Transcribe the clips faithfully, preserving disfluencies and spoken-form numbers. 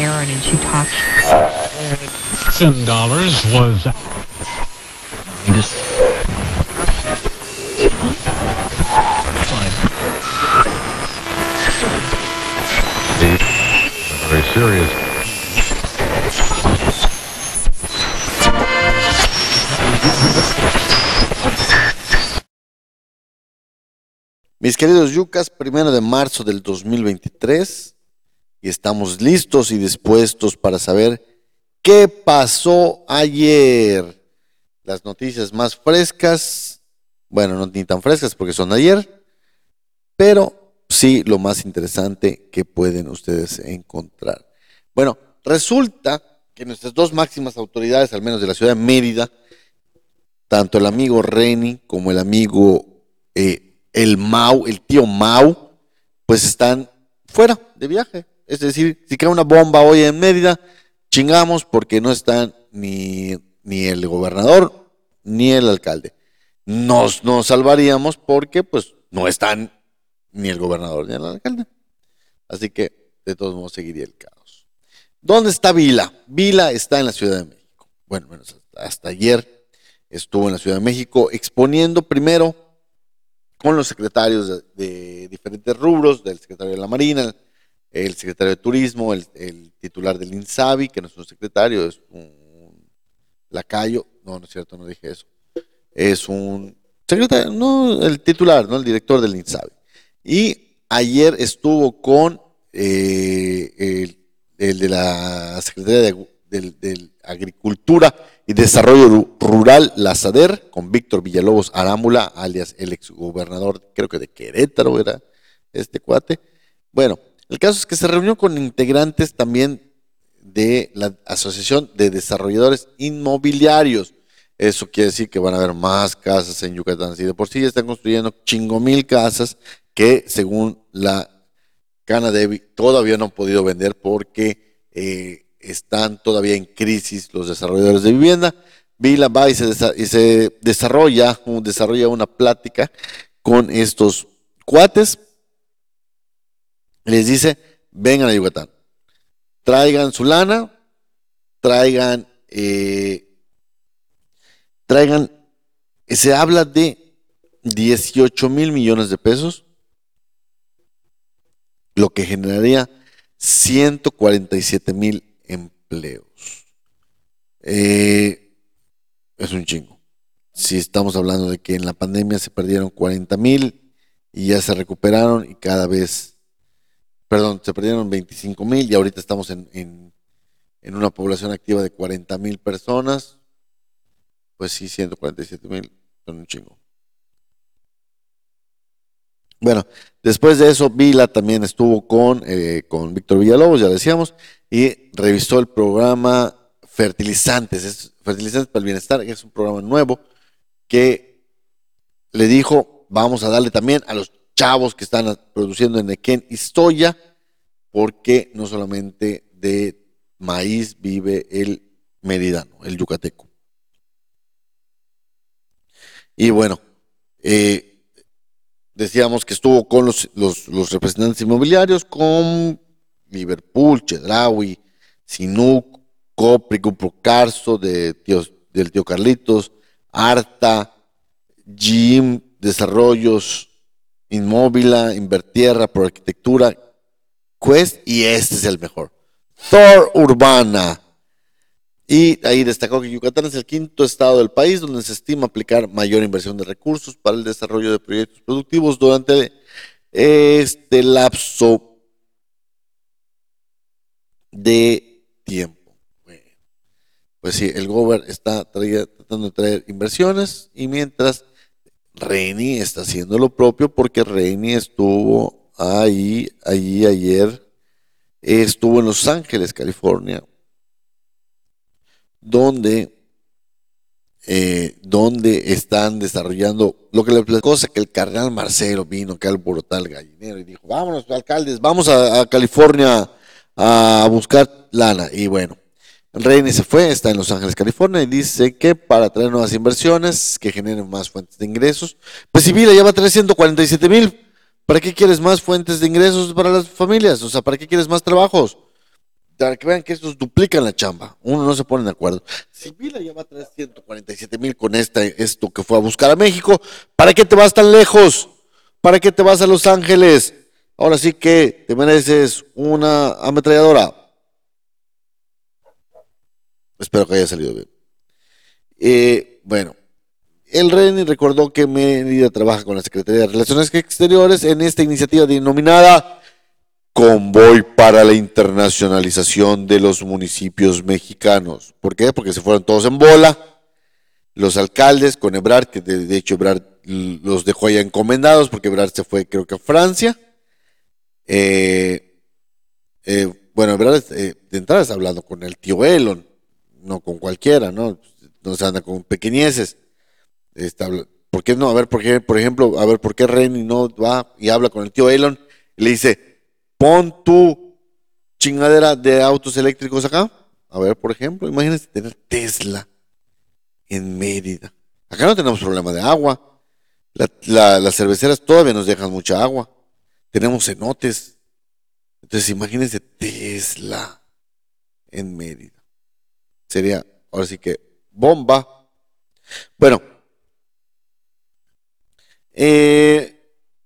Aaron and she talked. Ten dollars was. This. Very serious. Mis queridos yucas, primero de marzo del dos mil veintitrés, y estamos listos y dispuestos para saber qué pasó ayer. Las noticias más frescas, bueno, no ni tan frescas porque son de ayer, pero sí lo más interesante que pueden ustedes encontrar. Bueno, resulta que nuestras dos máximas autoridades, al menos de la ciudad de Mérida, tanto el amigo Reni como el amigo eh, el Mau, el tío Mau, pues están fuera de viaje. Es decir, si cae una bomba hoy en Mérida, chingamos porque no están ni, ni el gobernador ni el alcalde. Nos, nos salvaríamos porque pues no están ni el gobernador ni el alcalde. Así que de todos modos seguiría el caos. ¿Dónde está Vila? Vila está en la Ciudad de México. Bueno, bueno hasta, hasta ayer estuvo en la Ciudad de México exponiendo primero con los secretarios de, de diferentes rubros, del secretario de la Marina, el secretario de Turismo, el, el titular del INSABI, que no es un secretario, es un lacayo, no, no es cierto, no dije eso, es un secretario, no, el titular, no, el director del INSABI. Y ayer estuvo con eh, el, el de la Secretaría de, de, de Agricultura y Desarrollo Rural, la SADER, con Víctor Villalobos Arámbula, alias el exgobernador, creo que de Querétaro era este cuate. Bueno, el caso es que se reunió con integrantes también de la Asociación de Desarrolladores Inmobiliarios. Eso quiere decir que van a haber más casas en Yucatán. Si de por sí ya están construyendo chingo mil casas que según la Canadevi todavía no han podido vender porque eh, están todavía en crisis los desarrolladores de vivienda. Vila va y se, desa y se desarrolla, un, desarrolla una plática con estos cuates. Les dice, vengan a Yucatán, traigan su lana, traigan, eh, traigan, se habla de dieciocho mil millones de pesos, lo que generaría ciento cuarenta y siete mil empleos. Eh, es un chingo. Si estamos hablando de que en la pandemia se perdieron cuarenta mil y ya se recuperaron y cada vez, perdón, se perdieron veinticinco mil y ahorita estamos en, en, en una población activa de cuarenta mil personas, pues sí, ciento cuarenta y siete mil son un chingo. Bueno, después de eso, Vila también estuvo con, eh, con Víctor Villalobos, ya decíamos, y revisó el programa Fertilizantes, es Fertilizantes para el Bienestar, que es un programa nuevo que le dijo, vamos a darle también a los chavos que están produciendo en Nequén y Stoya, porque no solamente de maíz vive el meridano, el yucateco. Y bueno, eh, decíamos que estuvo con los, los, los representantes inmobiliarios, con Liverpool, Chedraui, Sinuc, Copri, Grupo Carso, de tíos, del tío Carlitos, Arta, Jim, Desarrollos, Inmóvila, Invertierra, Por Arquitectura, Quest, y este es el mejor, Thor Urbana. Y ahí destacó que Yucatán es el quinto estado del país donde se estima aplicar mayor inversión de recursos para el desarrollo de proyectos productivos durante este lapso de tiempo. Bueno, pues sí, el gobierno está traía, tratando de traer inversiones y mientras Reni está haciendo lo propio porque Reni estuvo ahí, ahí ayer, estuvo en Los Ángeles, California, donde, eh, donde están desarrollando lo que le platicó, que el cardenal Marcelo vino que alborotar el gallinero y dijo, vámonos alcaldes, vamos a, a California a buscar lana. Y bueno, Reni se fue, está en Los Ángeles, California, y dice que para traer nuevas inversiones que generen más fuentes de ingresos, pues si Vila ya va a traer ciento cuarenta y siete mil, ¿para qué quieres más fuentes de ingresos para las familias? O sea, ¿para qué quieres más trabajos? para que vean que estos duplican la chamba. Uno no se pone de acuerdo. Si Vila ya va a traer ciento cuarenta y siete mil con esta, esto que fue a buscar a México, ¿para qué te vas tan lejos? ¿Para qué te vas a Los Ángeles? Ahora sí que te mereces una ametralladora. Espero que haya salido bien. Eh, bueno, el Reni recordó que Mérida trabaja con la Secretaría de Relaciones Exteriores en esta iniciativa denominada Convoy para la Internacionalización de los Municipios Mexicanos. ¿Por qué? Porque se fueron todos en bola. Los alcaldes con Ebrard, que de, de hecho Ebrard los dejó allá encomendados porque Ebrard se fue creo que a Francia. Eh, eh, bueno, Ebrard eh, de entrada está hablando con el tío Elon, no con cualquiera, ¿no? No se anda con pequeñeces. Está, ¿por qué no? A ver, ¿por qué, por ejemplo, a ver, ¿por qué Reni no va y habla con el tío Elon y le dice, pon tu chingadera de autos eléctricos acá? A ver, por ejemplo, imagínense tener Tesla en Mérida. Acá no tenemos problema de agua. La, la, las cerveceras todavía nos dejan mucha agua. Tenemos cenotes. Entonces, imagínense Tesla en Mérida. Sería, ahora sí que, bomba. Bueno, eh,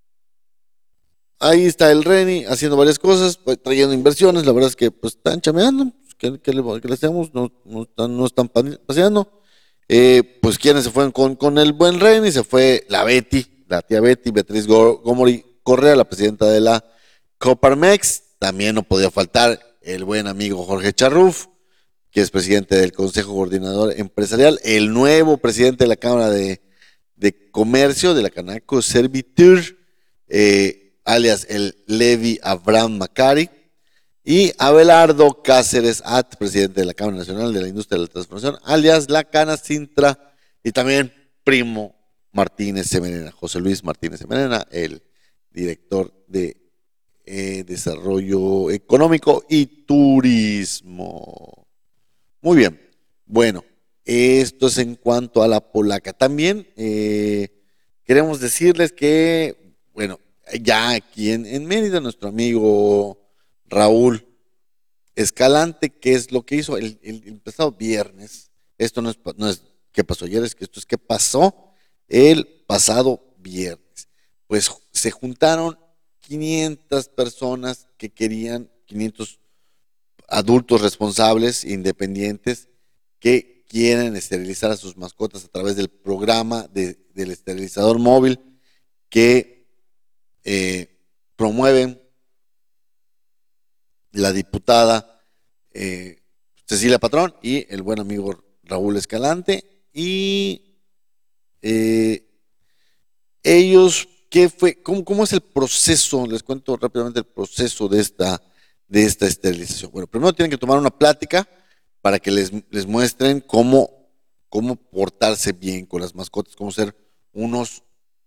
ahí está el Reni haciendo varias cosas, pues, trayendo inversiones. La verdad es que pues, están chameando. ¿Qué, qué le, qué le hacemos? No, no están, no están paseando. Eh, pues quienes se fueron con, con el buen Reni, se fue la Betty, la tía Betty, Beatriz Gómez Correa, la presidenta de la Coparmex. También no podía faltar el buen amigo Jorge Charruf, que es presidente del Consejo Coordinador Empresarial, el nuevo presidente de la Cámara de, de Comercio de la Canaco Servitur, eh, alias el Levi Abraham Macari, y Abelardo Cáceres At, presidente de la Cámara Nacional de la Industria de la Transformación, alias la Cana Sintra, y también Primo Martínez Semenena, José Luis Martínez Semenena, el director de eh, Desarrollo Económico y Turismo. Muy bien, bueno, esto es en cuanto a la polaca. También eh, queremos decirles que, bueno, ya aquí en, en Mérida, nuestro amigo Raúl Escalante, ¿qué es lo que hizo el, el, el pasado viernes? Esto no es, no es qué pasó ayer, es que esto es qué pasó el pasado viernes. Pues se juntaron quinientas personas que querían, quinientos adultos responsables, independientes, que quieren esterilizar a sus mascotas a través del programa de, del esterilizador móvil que eh, promueven la diputada eh, Cecilia Patrón y el buen amigo Raúl Escalante. Y eh, ellos, ¿qué fue? ¿Cómo, ¿Cómo es el proceso? Les cuento rápidamente el proceso de esta, de esta esterilización. Bueno, primero tienen que tomar una plática para que les, les muestren cómo, cómo portarse bien con las mascotas, cómo ser unos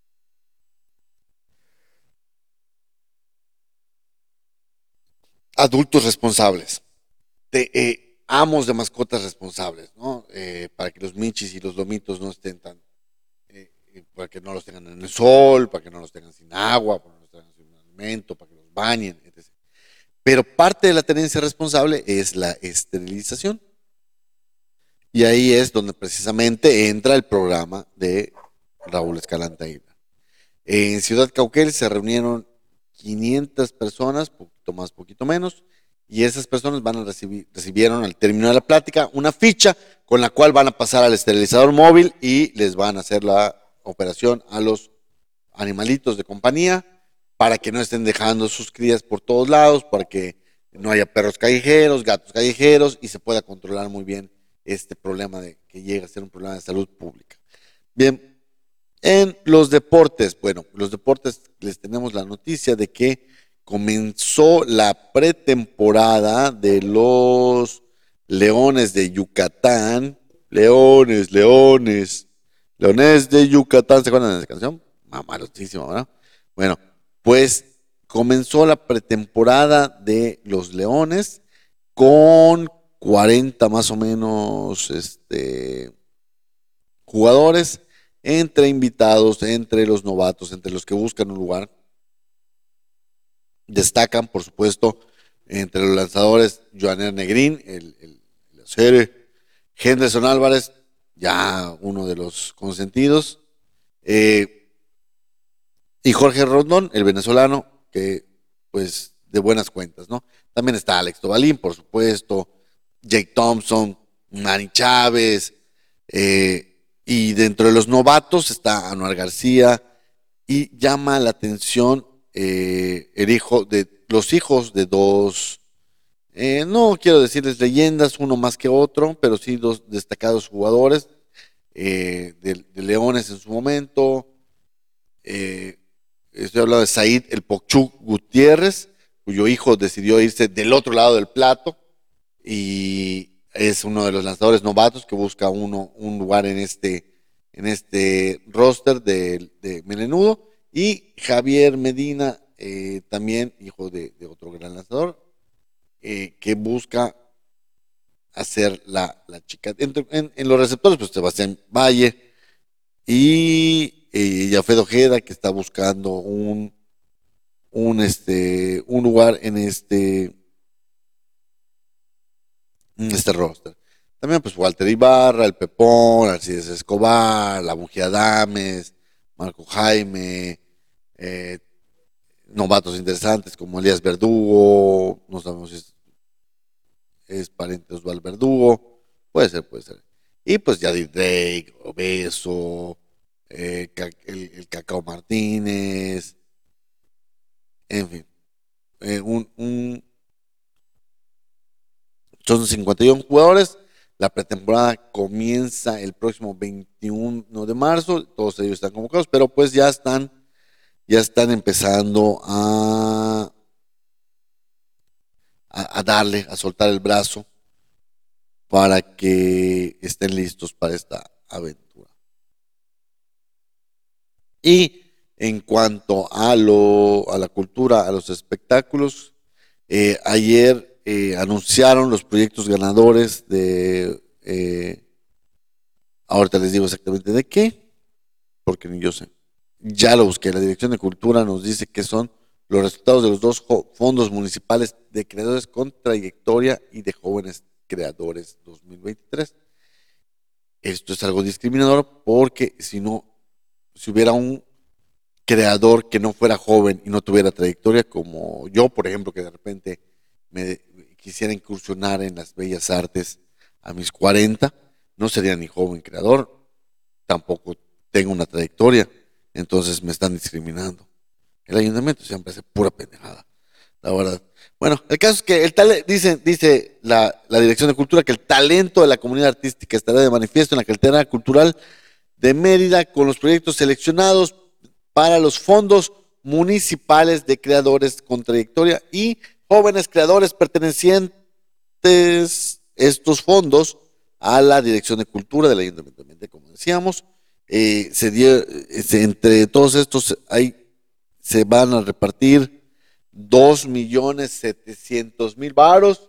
adultos responsables, de eh, amos de mascotas responsables, ¿no? Eh, para que los michis y los lomitos no estén tan, eh, eh, para que no los tengan en el sol, para que no los tengan sin agua, para que no los tengan sin alimento, para que los bañen, etcétera. Pero parte de la tenencia responsable es la esterilización. Y ahí es donde precisamente entra el programa de Raúl Escalante Aguilar. En Ciudad Cauquel se reunieron quinientas personas, poquito más, poquito menos, y esas personas van a recibir, recibieron al término de la plática una ficha con la cual van a pasar al esterilizador móvil y les van a hacer la operación a los animalitos de compañía para que no estén dejando sus crías por todos lados, para que no haya perros callejeros, gatos callejeros y se pueda controlar muy bien este problema de que llega a ser un problema de salud pública. Bien, en los deportes, bueno, los deportes les tenemos la noticia de que comenzó la pretemporada de los Leones de Yucatán. Leones, Leones, Leones de Yucatán, ¿se acuerdan de esa canción? Mamalosísima, ¿verdad? Bueno, pues comenzó la pretemporada de los Leones con cuarenta más o menos este, jugadores, entre invitados, entre los novatos, entre los que buscan un lugar. Destacan, por supuesto, Entre los lanzadores, Joaner Negrín, el, el, el serie, Henderson Álvarez, ya uno de los consentidos, eh, y Jorge Rondón, el venezolano, que pues de buenas cuentas, ¿no? También está Alex Tobalín, por supuesto, Jake Thompson, Manny Chávez, eh, y dentro de los novatos está Anuar García, y llama la atención eh, el hijo de los hijos de dos, eh, no quiero decirles leyendas, uno más que otro, pero sí dos destacados jugadores eh, de, de Leones en su momento. Eh, estoy hablando de Said El Pokchú Gutiérrez, cuyo hijo decidió irse del otro lado del plato y es uno de los lanzadores novatos que busca uno, un lugar en este, en este roster de, de Melenudo. Y Javier Medina, eh, también hijo de, de otro gran lanzador, eh, que busca hacer la, la chica. En, en, en, los receptores, pues Sebastián Valle y eh, Yafet Ojeda, que está buscando un, un, este, un lugar en este, en este roster. También, pues Walter Ibarra, el Pepón, Alcides Escobar, la Bujía Dames, Marco Jaime, eh, novatos interesantes como Elías Verdugo, no sabemos si es, es pariente de Osvaldo Verdugo, puede ser, puede ser. Y pues Yadir Drake, Obeso, eh, el, el Cacao Martínez, en fin, eh, un, un, son cincuenta y uno jugadores. La pretemporada comienza el próximo veintiuno de marzo, todos ellos están convocados, pero pues ya están, ya están empezando a A, a, darle, a soltar el brazo para que estén listos para esta aventura. Y en cuanto a, lo, a la cultura, a los espectáculos, eh, ayer eh, anunciaron los proyectos ganadores de, eh, ahorita les digo exactamente de qué, porque ni yo sé. Ya lo busqué, la Dirección de Cultura nos dice que son los resultados de los dos fondos municipales de creadores con trayectoria y de jóvenes creadores dos mil veintitrés. Esto es algo discriminador porque si no, si hubiera un creador que no fuera joven y no tuviera trayectoria, como yo, por ejemplo, que de repente me quisiera incursionar en las bellas artes a mis cuarenta, no sería ni joven creador, tampoco tengo una trayectoria, entonces me están discriminando. El ayuntamiento siempre hace pura pendejada, la verdad. Bueno, el caso es que el tal, dice, dice la, la Dirección de Cultura que el talento de la comunidad artística estará de manifiesto en la cartera cultural de Mérida con los proyectos seleccionados para los fondos municipales de creadores con trayectoria y jóvenes creadores pertenecientes estos fondos a la Dirección de Cultura del Ayuntamiento, como decíamos. Eh, se dio, eh, entre todos estos hay se van a repartir dos millones setecientos mil varos.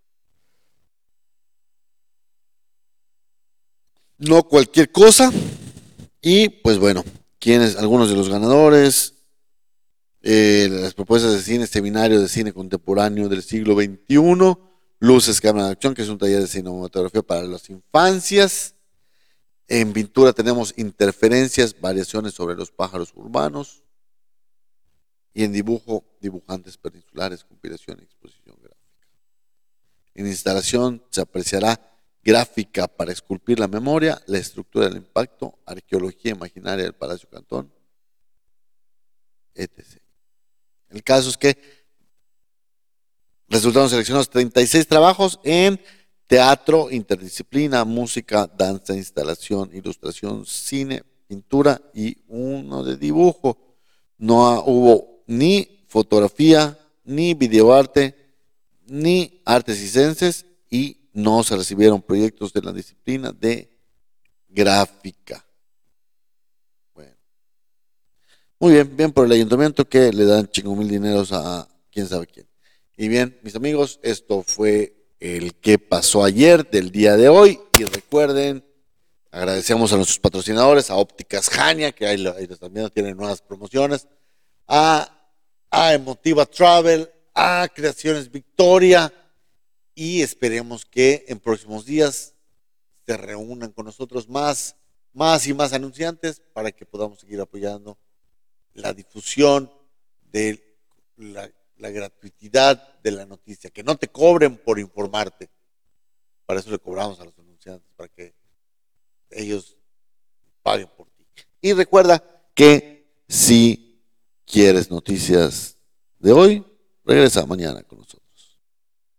No cualquier cosa. Y pues bueno, quienes, algunos de los ganadores, eh, las propuestas de cine, seminario de cine contemporáneo del siglo veintiuno, Luces, Cámara de Acción, que es un taller de cinematografía para las infancias. En pintura tenemos Interferencias, variaciones sobre los pájaros urbanos. Y en dibujo, dibujantes peninsulares, compilación y exposición gráfica. En instalación se apreciará gráfica para esculpir la memoria, la estructura del impacto, arqueología imaginaria del Palacio Cantón, etcétera. El caso es que resultaron seleccionados treinta y seis trabajos en teatro, interdisciplina, música, danza, instalación, ilustración, cine, pintura y uno de dibujo. No hubo ni fotografía, ni videoarte, ni artes circenses y no se recibieron proyectos de la disciplina de gráfica. Bueno, muy bien, bien por el ayuntamiento que le dan chingo mil dineros a quién sabe quién. Y bien, mis amigos, esto fue el que pasó ayer del día de hoy y recuerden, agradecemos a nuestros patrocinadores, a Ópticas Jania, que ahí, ahí también tienen nuevas promociones, a, a Emotiva Travel, a Creaciones Victoria y esperemos que en próximos días se reúnan con nosotros más, más y más anunciantes para que podamos seguir apoyando la difusión de la, la gratuidad de la noticia, que no te cobren por informarte. Para eso le cobramos a los anunciantes, para que ellos paguen por ti. Y recuerda que si quieres noticias de hoy, regresa mañana con nosotros.